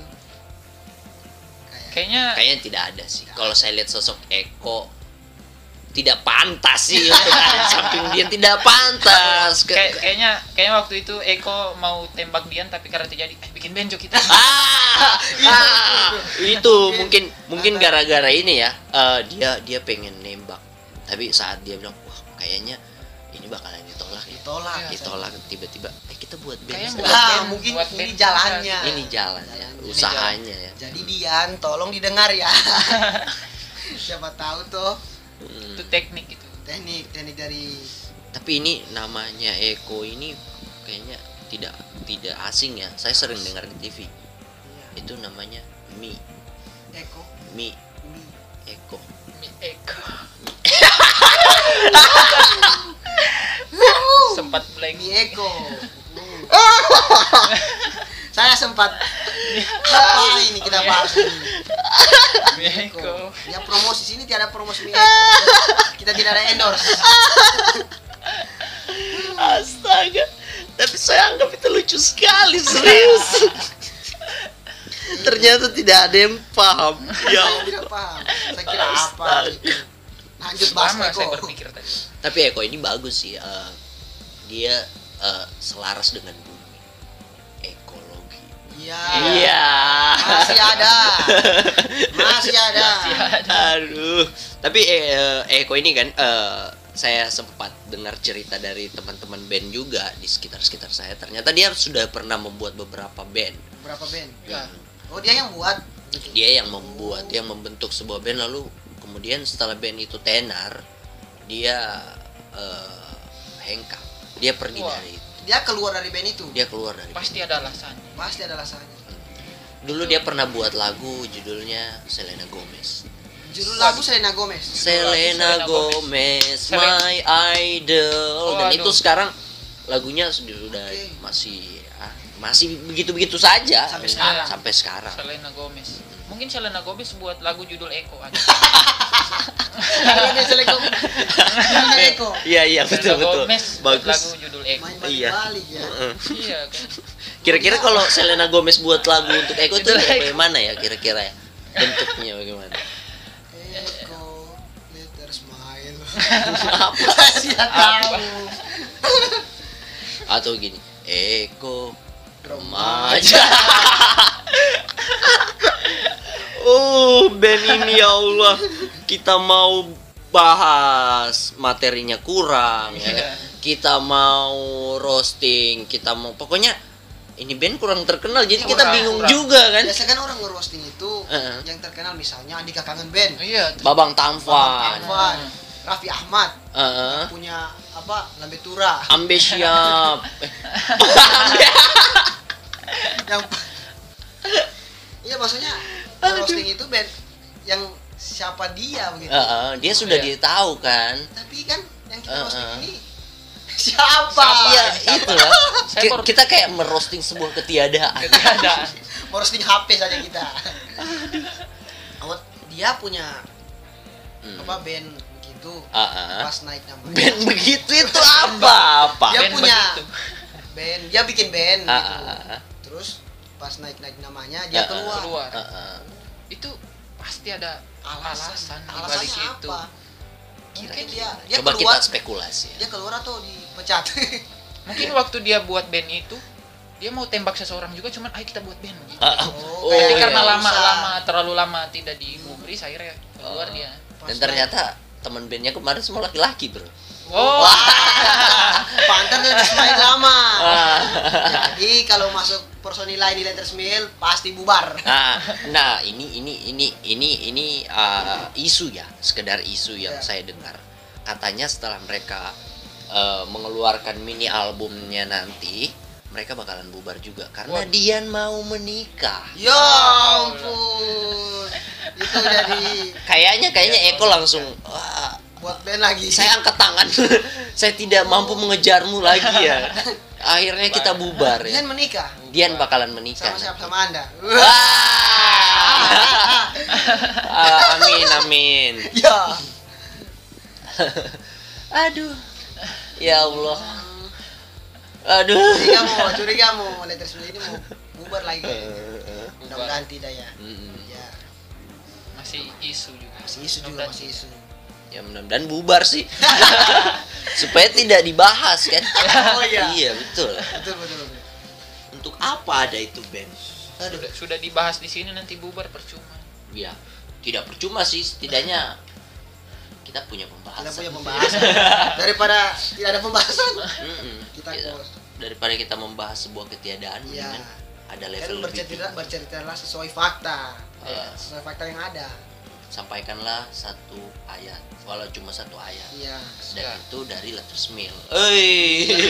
Kayaknya Tidak ada sih. Kalau saya lihat sosok Eko tidak pantas sih untuk ada di samping dia, tidak pantas. kayaknya waktu itu Eko mau tembak Dian tapi karena terjadi bikin benjo kita. Itu mungkin gara-gara ini ya. Dia pengen nembak. Tapi saat dia bilang, "Wah, kayaknya ini bakalan ditolak." Ditolak tiba-tiba kita buat band. Kayaknya saja." buat band, Mungkin buat ini band jalannya. Ini jalan ya, usahanya ya. Jadi Dian, tolong didengar ya. Siapa tahu tuh Itu teknik gitu. teknik dari Tapi ini namanya Eko ini kayaknya tidak asing ya. Saya sering dengar di TV. Itu namanya Mi Eko. Eko. Eko. Sempat blank. Mi Eko. Saya sempat apa ini kita bahas ini. Eko. Ya promosi sini tiada promosi Mi Eko. Kita tidak ada endorse. Astaga. Tapi saya anggap itu lucu sekali, serius. Ternyata tidak ada yang paham. Ya. Saya tidak paham. Saya kira apa gitu. Lanjut bahas Lama saya Eko. berpikir tadi. Tapi Eko ini bagus sih. Dia selaras dengan bumi. Ekologi. Iya. Iya. Masih ada. Aduh. Tapi Eko ini kan saya sempat dengar cerita dari teman-teman band juga di sekitar saya. Ternyata dia sudah pernah membuat beberapa band. Berapa band? Ya. Oh, dia yang buat. Dia yang membuat, dia membentuk sebuah band lalu kemudian kemudian setelah band itu tenar, dia hengkang, dia pergi Wah. dari itu, Dia keluar dari band itu. dia keluar dari Pasti ada alasannya. Pasti ada alasannya. dulu dia pernah buat lagu judulnya Selena Gomez. Judul lagu Selena Gomez. Selena Gomez, Selena- my idol. Dan Waduh. itu sekarang lagunya sudah Oke. masih begitu-begitu saja Sampai sekarang. Sampai sekarang. Selena Gomez. Mungkin Selena Gomez buat lagu judul Eko aja. Selena Gomez. Selena Eko. Iya betul Selena betul. Gomez buat Bagus. lagu judul Eko. Main Iya. balik-balik ya. Iya kan. Kira-kira kalau Selena Gomez buat lagu untuk Eko tuh Judul Eko. bagaimana ya kira-kira ya? Bentuknya bagaimana? Eko, letter smile. Apa? Sia tahu. Atau gini, Eko Remaja. remaja. band ini ya Allah, kita mau bahas materinya kurang ya. Iya. Kita mau roasting, kita mau pokoknya ini band kurang terkenal jadi kita Kurang, bingung kurang. juga kan. Biasa kan orang nge-roasting itu Heeh. yang terkenal misalnya Andika Kangen Band, Iya. Babang Bang Tampan. Tampan, Raffi Ahmad, Heeh. punya apa? Lambe Tura. Ambe siap. Yang iya maksudnya roasting itu band yang siapa dia begitu. Dia sudah Iya. tahu kan. Tapi kan yang kita roasting Heeh. ini siapa? Iya, Siapa? itulah. Saya baru- Kita kayak merosting sebuah ketiadaan. Keadaan. Mau roasting HP saja kita. Dia punya apa band begitu. Pas naik namanya. Band begitu itu apa? Dia Band punya begitu. band, dia bikin band Ah, gitu. ah, ah. Terus pas naik namanya dia keluar. Keluar. Heeh. Itu pasti ada Alasan. alasan di balik Alasannya itu. apa? Mungkin dia Coba keluar, kita spekulasi ya. dia keluar atau dipecat. Mungkin waktu dia buat band itu, dia mau tembak seseorang juga, cuman ayo kita buat band gitu. Oh, Tapi iya. karena Usaha. terlalu lama tidak digubris, akhirnya keluar dia. Dan ternyata teman bandnya kemarin semua laki-laki, bro. Oh, Pantas Letters Mail lama. Ah. Jadi kalau masuk personil lain di Letters Mail pasti bubar. Nah, ini isu ya, sekedar isu yang Ya. saya dengar. Katanya setelah mereka mengeluarkan mini albumnya nanti, mereka bakalan bubar juga karena Wah. Dian mau menikah. Ya ampun. Itu jadi Kayaknya Eko langsung, wah, buat band lagi. saya angkat tangan. Saya tidak mampu mengejarmu lagi ya. Akhirnya kita bubar ya. Dian menikah Dian bakalan menikah. sama siapa? Sama Anda. Amin. Ya. Aduh. Ya Allah. Aduh. Curiga mau Letters Mail ini mau bubar lagi. Mudah-mudahan tidak ya. Ya, masih isu juga. masih isu juga, masih isu. Ya mudah-mudahan bubar sih. Supaya tidak dibahas kan. Oh iya. Iya, betul. Betul. Untuk apa ada itu band? Aduh. Sudah dibahas di sini nanti bubar percuma. Ya, tidak percuma sih, setidaknya kita punya pembahasan. Kita punya pembahasan. Daripada tidak ada pembahasan. Mm-mm. Kita Kita- kos. daripada kita membahas sebuah ketiadaan, Iya. mendingan ada Kan level lebih tinggi. berceritalah sesuai fakta. Iya. Sesuai fakta yang ada. Sampaikanlah satu ayat, walau cuma satu ayat, Iya. dan Ya. itu dari Letters Mail. Yeay.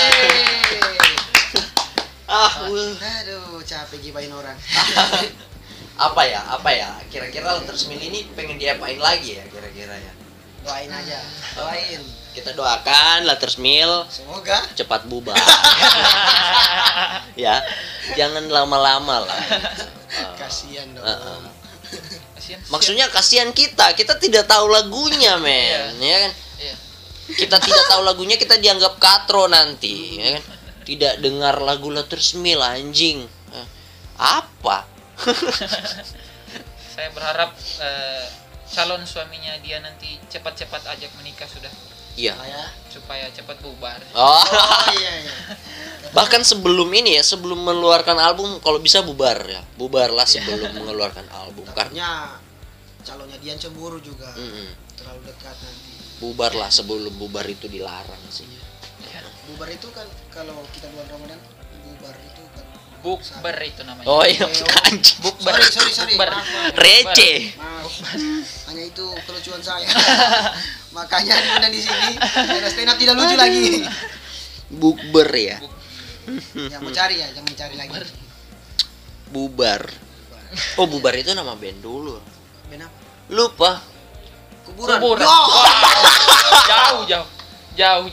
Aduh, capek gibain orang. Apa ya? Kira-kira Letters Mail ini pengen diapain lagi ya kira-kira ya? Doain aja. Doain. Kita doakan Letters Mail Semoga cepat bubar. Ya, jangan lama-lama lah. kasihan dong. Kasihan. Maksudnya kasihan kita tidak tahu lagunya, men. Ya kan? Iya. Kita tidak tahu lagunya, kita dianggap katro nanti, ya kan? Tidak dengar lagu Letters Mail, anjing. Apa? Saya berharap calon suaminya dia nanti cepat-cepat ajak menikah sudah, Iya. Saya. supaya cepat bubar. Oh. Oh iya. Bahkan sebelum ini ya, sebelum mengeluarkan album, kalau bisa bubar ya. Bubarlah sebelum mengeluarkan album. Karena Takutnya calonnya Dian cemburu juga. Terlalu dekat nanti. bubarlah sebelum bubar itu dilarang sih. Bubar itu kan kalau kita bulan Ramadan bubar itu kan Bukber itu namanya. Oh iya, anjing. Bukber. Sorry. Bukber. Receh. Maaf. Hanya itu kelucuan saya. Makanya diundang di sini. Karena stand up tidak lucu lagi. Bukber ya. Yang mau cari ya, jangan mencari lagi. Bubar. Oh, bubar itu nama band dulu. Band apa? Lupa. Kuburan. Kuburan. Yo! Jauh.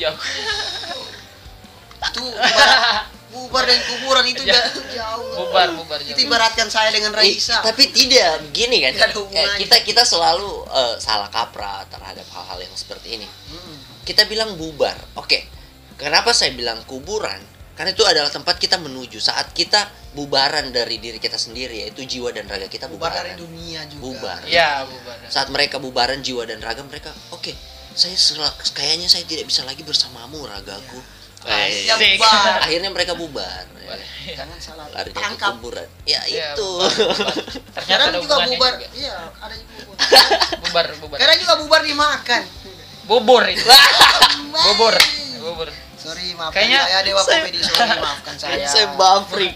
Itu bubar dan kuburan itu jauh. Bubar Itu jauh. ibaratkan saya dengan Raisa. Tapi tidak begini kan. Tidak ada hubungannya. Kita selalu salah kaprah terhadap hal-hal yang seperti ini. Kita bilang bubar. Oke. Kenapa saya bilang kuburan? Karena itu adalah tempat kita menuju saat kita bubaran dari diri kita sendiri, yaitu jiwa dan raga kita Bubar bubaran. dari dunia juga. Bubar. Ya, bubar. Saat mereka bubaran jiwa dan raga mereka, oke, kayaknya saya tidak bisa lagi bersamamu ragaku. Ya, Asik. bubar. Akhirnya mereka bubar. Jangan salah Lari ke tangkap. kuburan. Ya Ya, itu. bubar. Ternyata Sekarang ada juga hubungannya bubar. juga. Iya, ada juga bubar. Bubar. Sekarang juga bubar dimakan. Bubur itu. Bubur. Sorry, maafkan Kayaknya saya Dewa saya- Komedi, sorry maafkan saya. Saya buffering.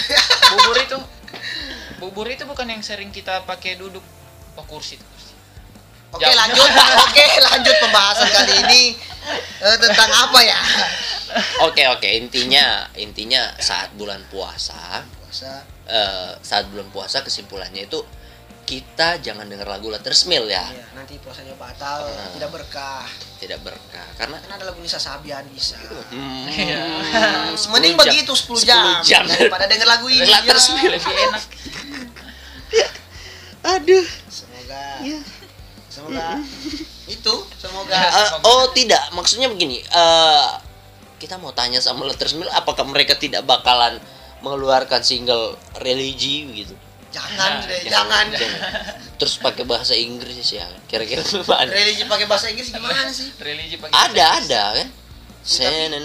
Bubur itu bukan yang sering kita pakai duduk. Oh, kursi. Oke, Jauh. lanjut pembahasan kali ini tentang apa ya? Oke, intinya saat bulan puasa, Puasa. saat bulan puasa kesimpulannya itu kita jangan dengar lagu Letters Mill ya. Iya, nanti puasanya batal, tidak berkah. Tidak berkah karena Kan ada lagu Nisa Sabian bisa. Iya. Mending 10 jam. begitu 10 jam, 10 jam. daripada denger lagu ini. Letters ya. Mill. Lebih enak. Aduh. Semoga. Iya. Semoga itu semoga Tidak, maksudnya begini. Kita mau tanya sama Letters Mill apakah mereka tidak bakalan mengeluarkan single religi gitu. jangan deh, jangan. Terus pakai bahasa Inggris ya. Kira-kira gimana? Religi pakai bahasa Inggris gimana sih? Religi pakai Ada kan? Tapi-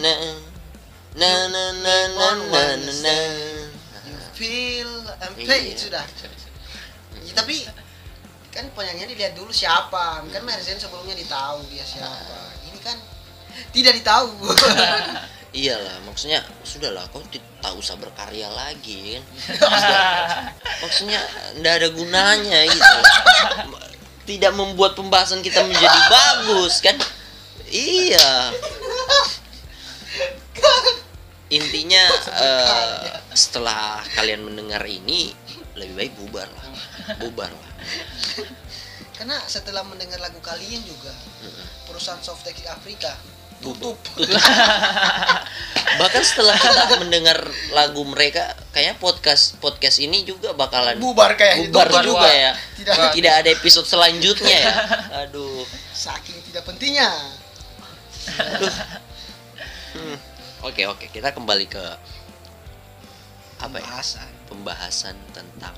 Na. You feel and Iya. play sudah. Ya, tapi kan penyanyinya dilihat dulu siapa. Kan Merzen sebelumnya ditahu dia siapa. Ini kan tidak ditahu. Iyalah, maksudnya sudahlah, kau tak usah berkarya lagi kan. Maksudnya ndak ada gunanya gitu. Tidak membuat pembahasan kita menjadi bagus kan. Iya. Intinya setelah kalian mendengar ini lebih baik bubar lah. Karena setelah mendengar lagu kalian juga perusahaan Softtek Afrika tutup. Bahkan setelah kita mendengar lagu mereka, kayaknya podcast ini juga bakalan Bubar kayaknya. bubar Bubar, juga wah. ya. Tidak ada episode selanjutnya ya. Aduh. Saking tidak pentingnya. Oke, kita kembali ke apa ya? Pembahasan. Pembahasan tentang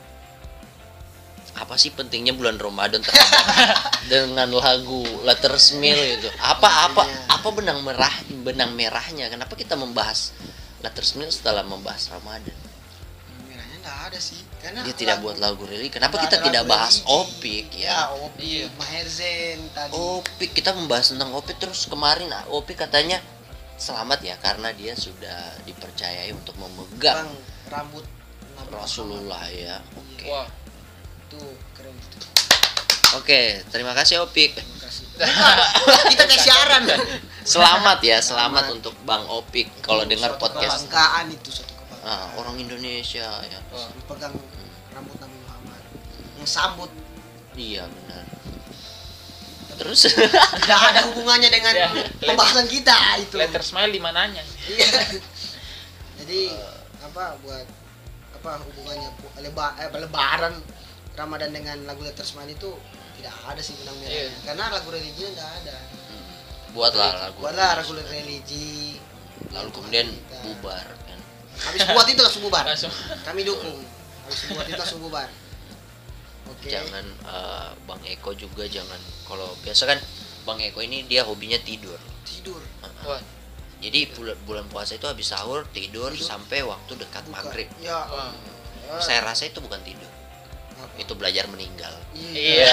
apa sih pentingnya bulan Ramadan terhadap dengan lagu Letters Mill itu. Apa benang merahnya? Kenapa kita membahas Letters Mill setelah membahas Ramadan? Merahnya enggak ada sih. Karena Dia tidak buat lagu religi. Kenapa nggak kita ada tidak lagu bahas religi. Opik Ya, ya? Opik, Iya. Maherzen tadi. Opik, kita membahas tentang Opik terus kemarin Opik katanya selamat ya karena dia sudah dipercayai untuk memegang Bang, rambut Nabi Rasulullah ya. Oke. Wah. Muhammad. Tuh, keren itu. Oke, terima kasih Opik. Terima kasih. Kita kayak siaran. Selamat ya, selamat untuk Bang Opik kalau dengar Suatu podcast. kebanggaan itu, suatu kebanggaan. Orang Indonesia ya. Pegang rambut Nabi Muhammad. Yang sambut Iya benar. Terus tidak ada hubungannya dengan Ya, pembahasan kita itu. Letter smile di mananya? Iya. Jadi buat hubungannya lebaran Ramadan dengan lagu Letter Smile itu tidak ada sih benang merahnya. Iya. Karena lagu religi tidak ada. buatlah lagu. Buatlah lagu religi. Lalu kemudian bubar kan. Habis buat itu langsung bubar. Langsung. Kami dukung. Habis buat itu langsung bubar. Oke. Jangan Bang Eko juga jangan. Kalau biasa kan Bang Eko ini dia hobinya tidur. Tidur. Wah. Jadi bulan puasa itu habis sahur tidur sampai waktu dekat Buka. maghrib. Ya. Wah. Saya rasa itu bukan tidur. Apa? Itu belajar meninggal. Iya.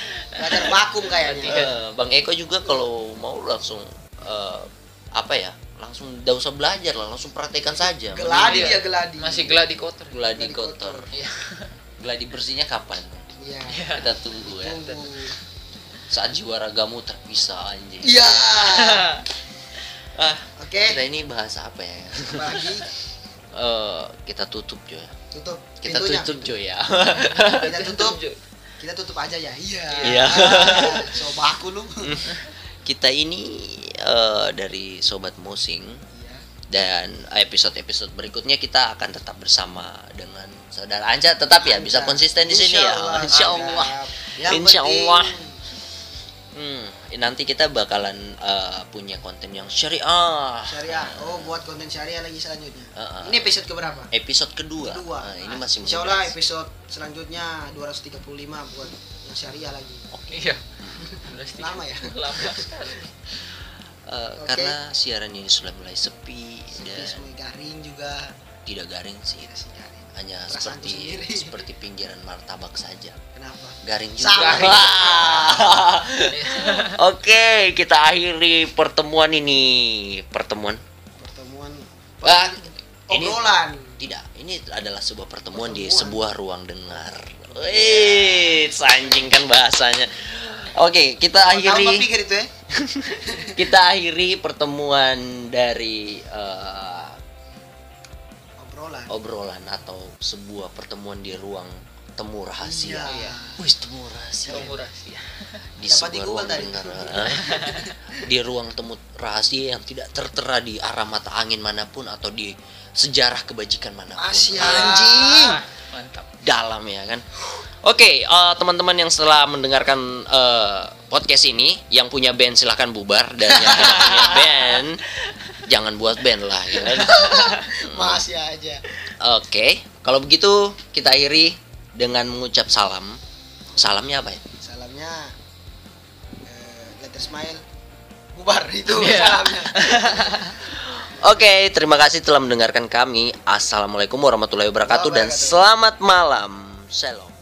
Belajar vakum kayaknya. Berarti- Bang Eko juga kalau mau langsung langsung tidak usah belajar lah, langsung praktekkan saja. Geladi Iya. dia geladi. Masih geladi kotor. Gladi Gladi kotor. kotor. Iya. Gladi bersihnya kapan? Iya. Kita tunggu ya. Tunggu. Saat jiwa ragamu terpisah anjing. Iya. Ah, Oke. kita ini bahasa apa ya? Bagi Kita tutup Jo ya. tutup Kita pintunya. tutup Jo ya. Kita tutup. Kita tutup aja ya. Iya. Iya. Coba aku lu. Kita ini dari Sobat Mosing, Iya. dan episode-episode berikutnya kita akan tetap bersama dengan Saudara Anca, tetap ya bisa konsisten di sini ya. Insya Allah. Insya Allah. Nanti kita bakalan punya konten yang syariah. Syariah. Oh, buat konten syariah lagi selanjutnya. Heeh. Ini episode keberapa? Episode kedua. Kedua. Nah, ini masih Insya Allah muda. episode selanjutnya 235 buat yang syariah lagi. Iya. Lama ya? Lama sekali. Oke. Karena siaran ini sudah mulai sepi Sepi, dan semua garing juga. tidak garing sih. Kasih garing. Hanya Perasaanku sendiri. seperti pinggiran martabak saja. Kenapa? Garing juga. Sama. Wah. Oke, kita akhiri pertemuan ini. Pertemuan Ah, ini obrolan. tidak. Ini adalah sebuah pertemuan di Pertemuan. sebuah ruang dengar. Wih, anjing kan bahasanya. Oke, kita Tahu apa akhiri. pikir itu ya? Kita akhiri pertemuan dari Obrolan. obrolan atau sebuah pertemuan di ruang temu rahasia. Iya. Wih, temu rahasia. Rahasia. Di Dapat di sebuah Google ruang tadi. dengar. Di ruang temu rahasia yang tidak tertera di arah mata angin manapun atau di sejarah kebajikan manapun. Asia. Anjing. Mantap. Dalam ya kan. Oke, teman-teman yang setelah mendengarkan podcast ini, yang punya band silahkan bubar, dan yang tidak punya band jangan buat band lah ya kan. Masih aja. Oke, kalau begitu kita akhiri dengan mengucap salam. Salamnya apa ya? Salamnya letter smile. Bubar itu Iya. salamnya. Oke, terima kasih telah mendengarkan kami. Assalamualaikum warahmatullahi wabarakatuh dan selamat malam. Shalom.